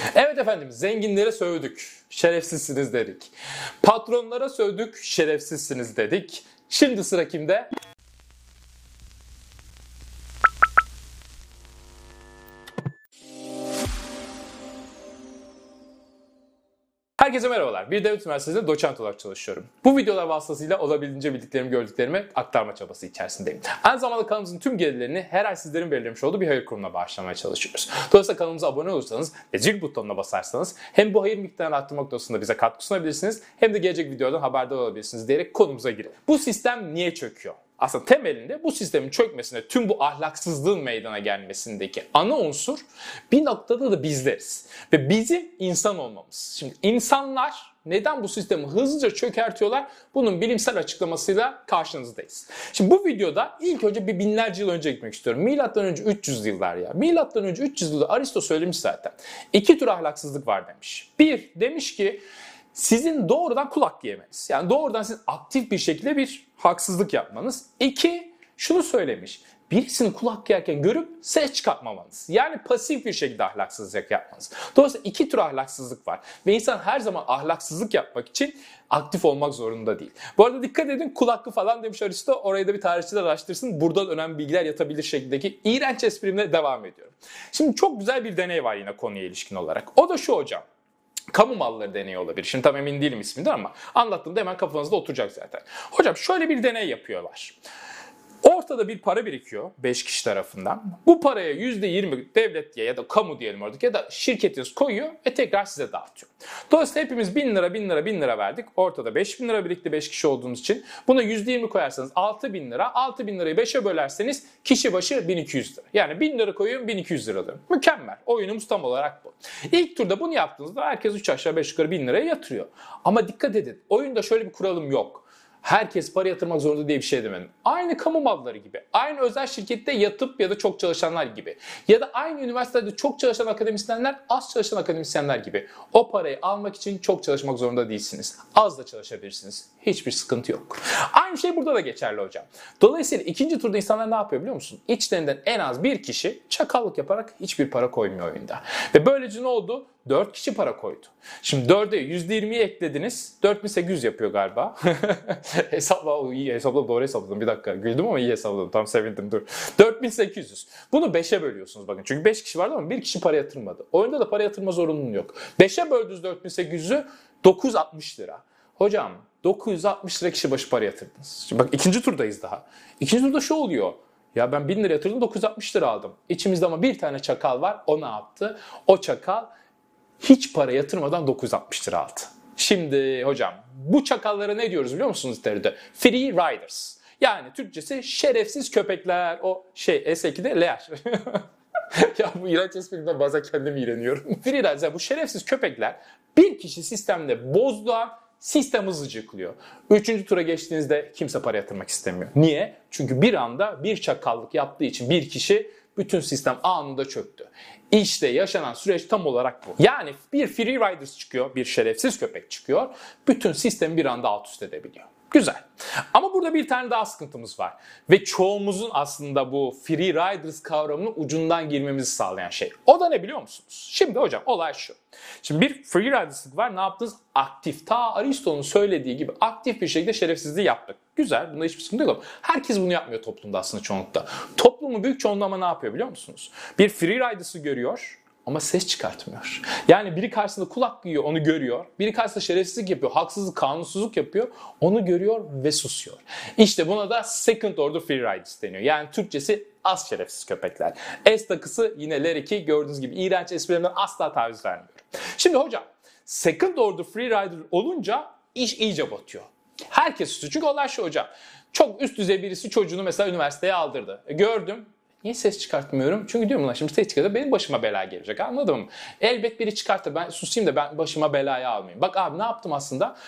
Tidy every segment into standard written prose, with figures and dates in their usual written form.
Evet efendim, zenginlere sövdük, şerefsizsiniz dedik. Patronlara sövdük, şerefsizsiniz dedik. Şimdi sıra kimde? Herkese merhabalar. Bir devlet üniversitesinde doçent olarak çalışıyorum. Bu videolar vasıtasıyla olabildiğince bildiklerimi, gördüklerimi aktarma çabası içerisindeyim. Aynı zamanda kanalımızın tüm gelirlerini her ay sizlerin belirlemiş olduğu bir hayır kurumuna bağışlamaya çalışıyoruz. Dolayısıyla kanalımıza abone olursanız ve zil butonuna basarsanız hem bu hayır miktarını arttırmak noktasında bize katkı sunabilirsiniz hem de gelecek videodan haberdar olabilirsiniz diyerek konumuza girelim. Bu sistem niye çöküyor? Aslında temelinde bu sistemin çökmesine, tüm bu ahlaksızlığın meydana gelmesindeki ana unsur bir noktada da bizleriz. Ve bizim insan olmamız. Şimdi insanlar neden bu sistemi hızlıca çökertiyorlar? Bunun bilimsel açıklamasıyla karşınızdayız. Şimdi bu videoda ilk önce bir binlerce yıl önce gitmek istiyorum. Milattan önce 300 yıllar ya. Milattan önce 300 yılda Aristo söylemiş zaten. 2 tür ahlaksızlık var demiş. Bir, demiş ki sizin doğrudan kul hakkı yemeniz. Yani doğrudan siz aktif bir şekilde bir haksızlık yapmanız. İki, şunu söylemiş. Birisinin kul hakkı yerken görüp ses çıkartmamanız. Yani pasif bir şekilde ahlaksızlık yapmanız. Dolayısıyla iki tür ahlaksızlık var. Ve insan her zaman ahlaksızlık yapmak için aktif olmak zorunda değil. Bu arada dikkat edin, kul hakkı falan demiş Aristo. Orayı da bir tarihçiler araştırsın. Burada önemli bilgiler yatabilir şeklindeki iğrenç esprimle devam ediyorum. Şimdi çok güzel bir deney var yine konuya ilişkin olarak. O da şu hocam. Kamu malları deneyi olabilir. Şimdi tam emin değilim isminden ama anlattığımda hemen kafanızda oturacak zaten. Hocam şöyle bir deney yapıyorlar. Ortada bir para birikiyor 5 kişi tarafından. Bu paraya %20 devlet ya da kamu diyelim oradaki ya da şirketiniz koyuyor ve tekrar size dağıtıyor. Dolayısıyla hepimiz 1000 lira verdik. Ortada 5000 lira birikti 5 kişi olduğumuz için. Buna %20 koyarsanız 6000 lira. 6000 lirayı 5'e bölerseniz kişi başı 1200 lira. Yani 1000 lira koyuyorum 1200 lira alıyorum. Mükemmel. Oyunumuz tam olarak bu. İlk turda bunu yaptığınızda herkes 3 aşağı 5 yukarı 1000 liraya yatırıyor. Ama dikkat edin, oyunda şöyle bir kuralım yok. Herkes para yatırmak zorunda diye bir şey demedim. Aynı kamu malları gibi, aynı özel şirkette yatıp ya da çok çalışanlar gibi ya da aynı üniversitede çok çalışan akademisyenler, az çalışan akademisyenler gibi. O parayı almak için çok çalışmak zorunda değilsiniz. Az da çalışabilirsiniz. Hiçbir sıkıntı yok. Aynı şey burada da geçerli hocam. Dolayısıyla ikinci turda insanlar ne yapıyor biliyor musun? İçlerinden en az bir kişi çakallık yaparak hiçbir para koymuyor oyunda. Ve böylece ne oldu? 4 kişi para koydu. Şimdi 4'e %20'yi eklediniz. 4800 yapıyor galiba. İyi hesapladım, doğru hesapladım. Bir dakika güldüm ama iyi hesapladım. Tam sevindim, dur. 4800. Bunu 5'e bölüyorsunuz bakın. Çünkü 5 kişi vardı ama 1 kişi para yatırmadı. Oyunda da para yatırma zorunluluğu yok. 5'e böldünüz 4800'ü 960 lira. Hocam 960 lira kişi başı para yatırdınız. Şimdi bak ikinci turdayız daha. İkinci turda şu oluyor. Ya ben 1000 lira yatırdım 960 lira aldım. İçimizde ama bir tane çakal var. O ne yaptı? O çakal hiç para yatırmadan 960 lira aldı. Şimdi hocam bu çakallara ne diyoruz biliyor musunuz literatürde? Free riders. Yani Türkçesi şerefsiz köpekler. O S2'de leer. Ya bu iğrenç esprinden bazen kendim iğreniyorum. Free riders yani bu şerefsiz köpekler bir kişi sistemde bozduğu sistem hızlıca yıkılıyor. Üçüncü tura geçtiğinizde kimse para yatırmak istemiyor. Niye? Çünkü bir anda bir çakallık yaptığı için bir kişi bütün sistem anında çöktü. İşte yaşanan süreç tam olarak bu. Yani bir free riders çıkıyor, bir şerefsiz köpek çıkıyor. Bütün sistemi bir anda alt üst edebiliyor. Güzel. Ama burada bir tane daha sıkıntımız var. Ve çoğumuzun aslında bu free riders kavramının ucundan girmemizi sağlayan şey. O da ne biliyor musunuz? Şimdi hocam olay şu. Şimdi bir free riders'lık var. Ne yaptınız? Aktif. Ta Aristo'nun söylediği gibi aktif bir şekilde şerefsizliği yaptık. Güzel. Bunda hiçbir sıkıntı yok. Herkes bunu yapmıyor toplumda aslında çoğunlukla. Toplumun büyük çoğunluğu ama ne yapıyor biliyor musunuz? Bir free riders'ı görüyor ama ses çıkartmıyor. Yani biri karşısında kul hakkı yiyor, onu görüyor. Biri karşısında şerefsizlik yapıyor, haksızlık, kanunsuzluk yapıyor. Onu görüyor ve susuyor. İşte buna da second order free riders deniyor. Yani Türkçesi az şerefsiz köpekler. S takısı yine Ler 2 gördüğünüz gibi iğrenç esprilerimden asla taviz vermiyorum. Şimdi hocam second order free rider olunca iş iyice batıyor. Herkes susuyor. Çünkü olay şu hocam. Çok üst düzey birisi çocuğunu mesela üniversiteye aldırdı. Gördüm. Niye ses çıkartmıyorum? Çünkü diyorum lan şimdi ses çıkarsa benim başıma bela gelecek, anladın mı? Elbet biri çıkartır, ben susayım da ben başıma belayı almayayım. Bak abi ne yaptım aslında?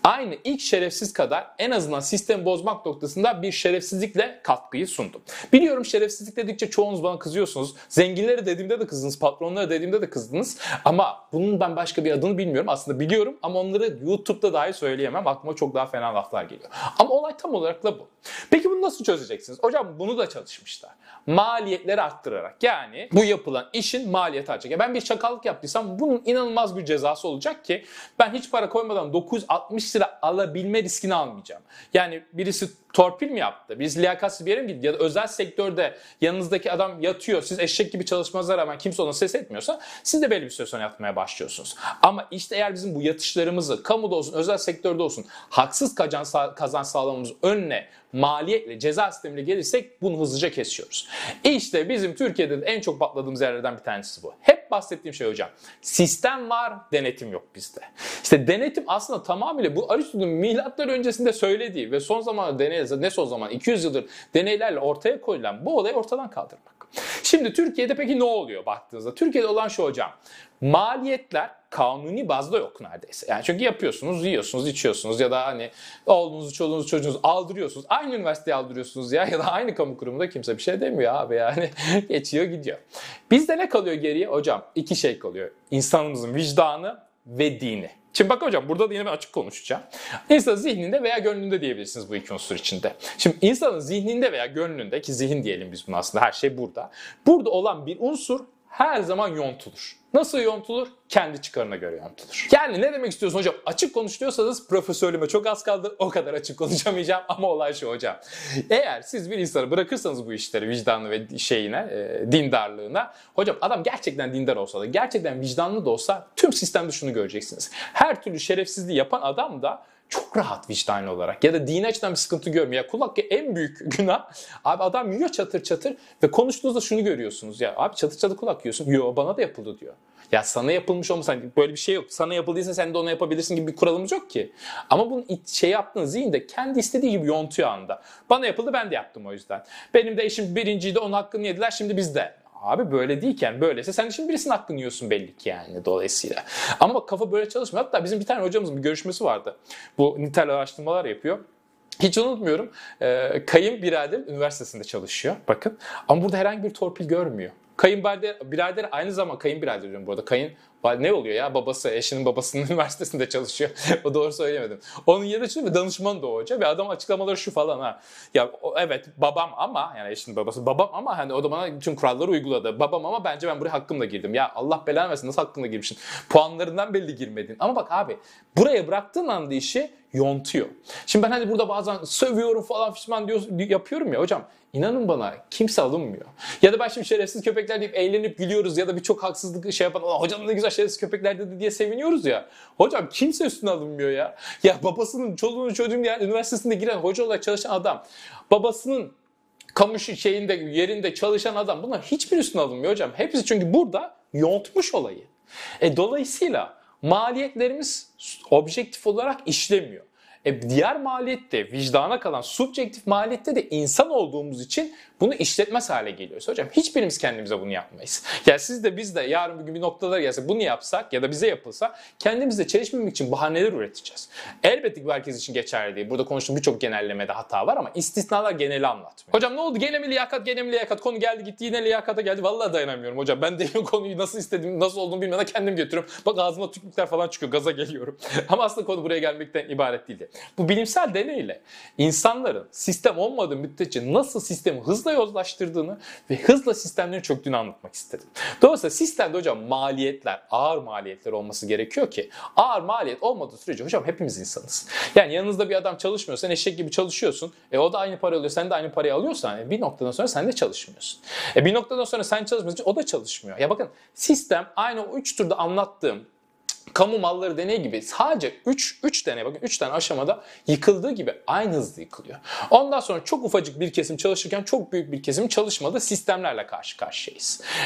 aynı ilk şerefsiz kadar en azından sistemi bozmak noktasında bir şerefsizlikle katkıyı sundu. Biliyorum şerefsizlik dedikçe çoğunuz bana kızıyorsunuz. Zenginleri dediğimde de kızdınız, patronları dediğimde de kızdınız. Ama bunun ben başka bir adını bilmiyorum. Aslında biliyorum ama onları YouTube'da dahi söyleyemem. Aklıma çok daha fena laflar geliyor. Ama olay tam olarak da bu. Peki bunu nasıl çözeceksiniz? Hocam bunu da çalışmışlar. Maliyetleri arttırarak. Yani bu yapılan işin maliyeti artacak. Ben bir çakallık yaptıysam bunun inanılmaz bir cezası olacak ki ben hiç para koymadan 960 lira alabilme riskini almayacağım. Yani birisi torpil mi yaptı? Birisi liyakatsiz bir yere mi gitti? Ya da özel sektörde yanınızdaki adam yatıyor. Siz eşek gibi çalışmanıza rağmen kimse ona ses etmiyorsa siz de belli bir süre sonra yatmaya başlıyorsunuz. Ama işte eğer bizim bu yatışlarımızı kamuda olsun, özel sektörde olsun haksız kazanç sağlamamız önüne maliyetle, ceza sistemiyle gelirsek bunu hızlıca kesiyoruz. İşte bizim Türkiye'de de en çok patladığımız yerlerden bir tanesi bu. Hep bahsettiğim şey hocam. Sistem var, denetim yok bizde. İşte denetim aslında tamamıyla bu Aristo'nun milattan öncesinde söylediği ve son zamanlarda ne son zaman 200 yıldır deneylerle ortaya koyulan bu olayı ortadan kaldırmak. Şimdi Türkiye'de peki ne oluyor baktığınızda? Türkiye'de olan şu hocam. Maliyetler kanuni bazda yok neredeyse. Yani çünkü yapıyorsunuz, yiyorsunuz, içiyorsunuz ya da hani oğlunuzu, çoluğunuzu, çocuğunuzu aldırıyorsunuz. Aynı üniversiteye aldırıyorsunuz ya da aynı kamu kurumunda kimse bir şey demiyor abi yani. Geçiyor gidiyor. Bizde ne kalıyor geriye? Hocam iki şey kalıyor. İnsanımızın vicdanı ve dini. Şimdi bak hocam burada da yine ben açık konuşacağım. İnsanın zihninde veya gönlünde diyebilirsiniz bu iki unsur içinde. Şimdi insanın zihninde veya gönlünde ki zihin diyelim biz bunu aslında her şey burada. Burada olan bir unsur her zaman yontulur. Nasıl yontulur? Kendi çıkarına göre yontulur. Yani ne demek istiyorsun hocam? Açık konuş diyorsanız profesörlüğüme çok az kaldı. O kadar açık konuşamayacağım ama olay şu hocam. Eğer siz bir insanı bırakırsanız bu işleri vicdanlı ve dindarlığına. Hocam adam gerçekten dindar olsa da gerçekten vicdanlı da olsa tüm sistemde şunu göreceksiniz. Her türlü şerefsizliği yapan adam da çok rahat vicdanlı olarak ya da dini açıdan bir sıkıntı görmüyor. Ya kul hakkı en büyük günah. Abi adam yiyor çatır çatır ve konuştuğunuzda şunu görüyorsunuz. Ya abi çatır çatır kul hakkı yiyorsun. Yo bana da yapıldı diyor. Ya sana yapılmış olmasa hani böyle bir şey yok. Sana yapıldıysa sen de ona yapabilirsin gibi bir kuralımız yok ki. Ama bunun yaptığın zihinde kendi istediği gibi yontuyor anda. Bana yapıldı ben de yaptım o yüzden. Benim de eşim birinciydi onun hakkını yediler şimdi bizde. Abi böyle değilken böyleyse sen de şimdi birisinin hakkını yiyorsun belli ki yani dolayısıyla. Ama bak kafa böyle çalışmıyor. Hatta bizim bir tane hocamızın bir görüşmesi vardı. Bu nitel araştırmalar yapıyor. Hiç unutmuyorum. Kayınbirader üniversitesinde çalışıyor. Bakın. Ama burada herhangi bir torpil görmüyor. Kayınbirader aynı zamanda kayınbirader diyorum bu arada. Ne oluyor ya babası, eşinin babasının üniversitesinde çalışıyor. O doğru söylemedim. Onun yerine çünkü danışman da o hoca ve adam açıklamaları şu falan ha. Ya evet babam ama yani eşinin babası babam ama hani o da bana bütün kuralları uyguladı. Babam ama bence ben buraya hakkımla girdim. Ya Allah belanı versin nasıl hakkımla girmişsin? Puanlarından belli girmedin. Ama bak abi buraya bıraktığın anda işi yontuyor. Şimdi ben hani burada bazen sövüyorum falan fişman yapıyorum ya hocam. İnanın bana kimse alınmıyor. Ya da ben şimdi şerefsiz köpekler deyip eğlenip gülüyoruz ya da birçok haksızlık şey yapan hocam ne güzel şerefsiz köpekler dedi diye seviniyoruz ya. Hocam kimse üstüne alınmıyor ya. Ya babasının çoluğunu çocuğun yani üniversitesinde giren hoca olarak çalışan adam. Babasının kamu yerinde çalışan adam. Bunlar hiçbir üstüne alınmıyor hocam. Hepsi çünkü burada yontmuş olayı. Dolayısıyla maliyetlerimiz objektif olarak işlemiyor. Diğer maliyette, vicdana kalan subjektif maliyette de insan olduğumuz için bunu işletmez hale geliyoruz. Hocam hiçbirimiz kendimize bunu yapmayız. Ya siz de biz de yarın bir gün bir noktalara gelse bunu yapsak ya da bize yapılsa kendimizle çelişmemek için bahaneler üreteceğiz. Elbette ki bu herkes için geçerli değil. Burada konuştuğum birçok genellemede hata var ama istisnalar geneli anlatmıyor. Hocam ne oldu? Gene mi liyakat? Konu geldi gitti yine liyakata geldi. Vallahi dayanamıyorum hocam. Ben de konuyu nasıl istediğim, nasıl olduğunu bilmeden kendim götürüyorum. Bak ağzıma tükürükler falan çıkıyor. Gaza geliyorum. Ama aslında konu buraya gelmekten ibaret değildi. Bu bilimsel deneyle insanların sistem olmadığı müddetçe nasıl sistemi hızla yozlaştırdığını ve hızla sistemlerin çöktüğünü anlatmak istedim. Dolayısıyla sistemde hocam maliyetler, ağır maliyetler olması gerekiyor ki ağır maliyet olmadığı sürece hocam hepimiz insanız. Yani yanınızda bir adam çalışmıyor, sen eşek gibi çalışıyorsun. O da aynı parayı alıyor, sen de aynı parayı alıyorsan bir noktadan sonra sen de çalışmıyorsun. Bir noktadan sonra sen çalışmıyorsun, o da çalışmıyor. Ya bakın sistem aynı o 3 turda anlattığım kamu malları deneyi gibi sadece 3 deney bakın 3 tane aşamada yıkıldığı gibi aynı hızla yıkılıyor. Ondan sonra çok ufacık bir kesim çalışırken çok büyük bir kesim çalışmadığı sistemlerle karşı karşıyayız.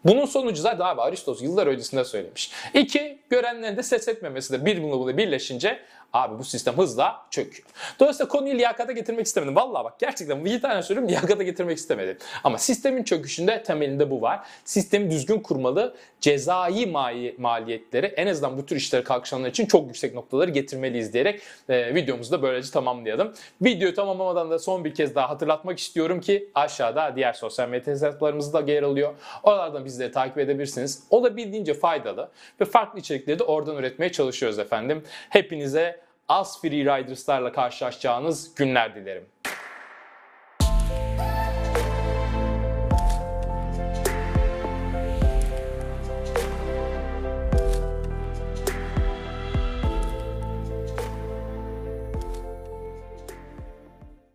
Bunun sonucu zaten abi Aristos yıllar öncesinde söylemiş. 2. Görenlerin de ses etmemesi de bununla birleşince abi bu sistem hızla çöküyor. Dolayısıyla konuyu liyakata getirmek istemedim. Vallahi bak gerçekten bir tane söylüyorum, liyakata getirmek istemedim. Ama sistemin çöküşünde temelinde bu var. Sistemi düzgün kurmalı, cezai maliyetleri en azından bu tür işlere kalkışanlar için çok yüksek noktaları getirmeliyiz diyerek videomuzu da böylece tamamlayalım. Videoyu tamamlamadan da son bir kez daha hatırlatmak istiyorum ki aşağıda diğer sosyal medya hesaplarımız da yer alıyor. Oralardan bizleri takip edebilirsiniz. Olabildiğince faydalı ve farklı içerikleri de oradan üretmeye çalışıyoruz efendim. Hepinize az free riders'larla karşılaşacağınız günler dilerim.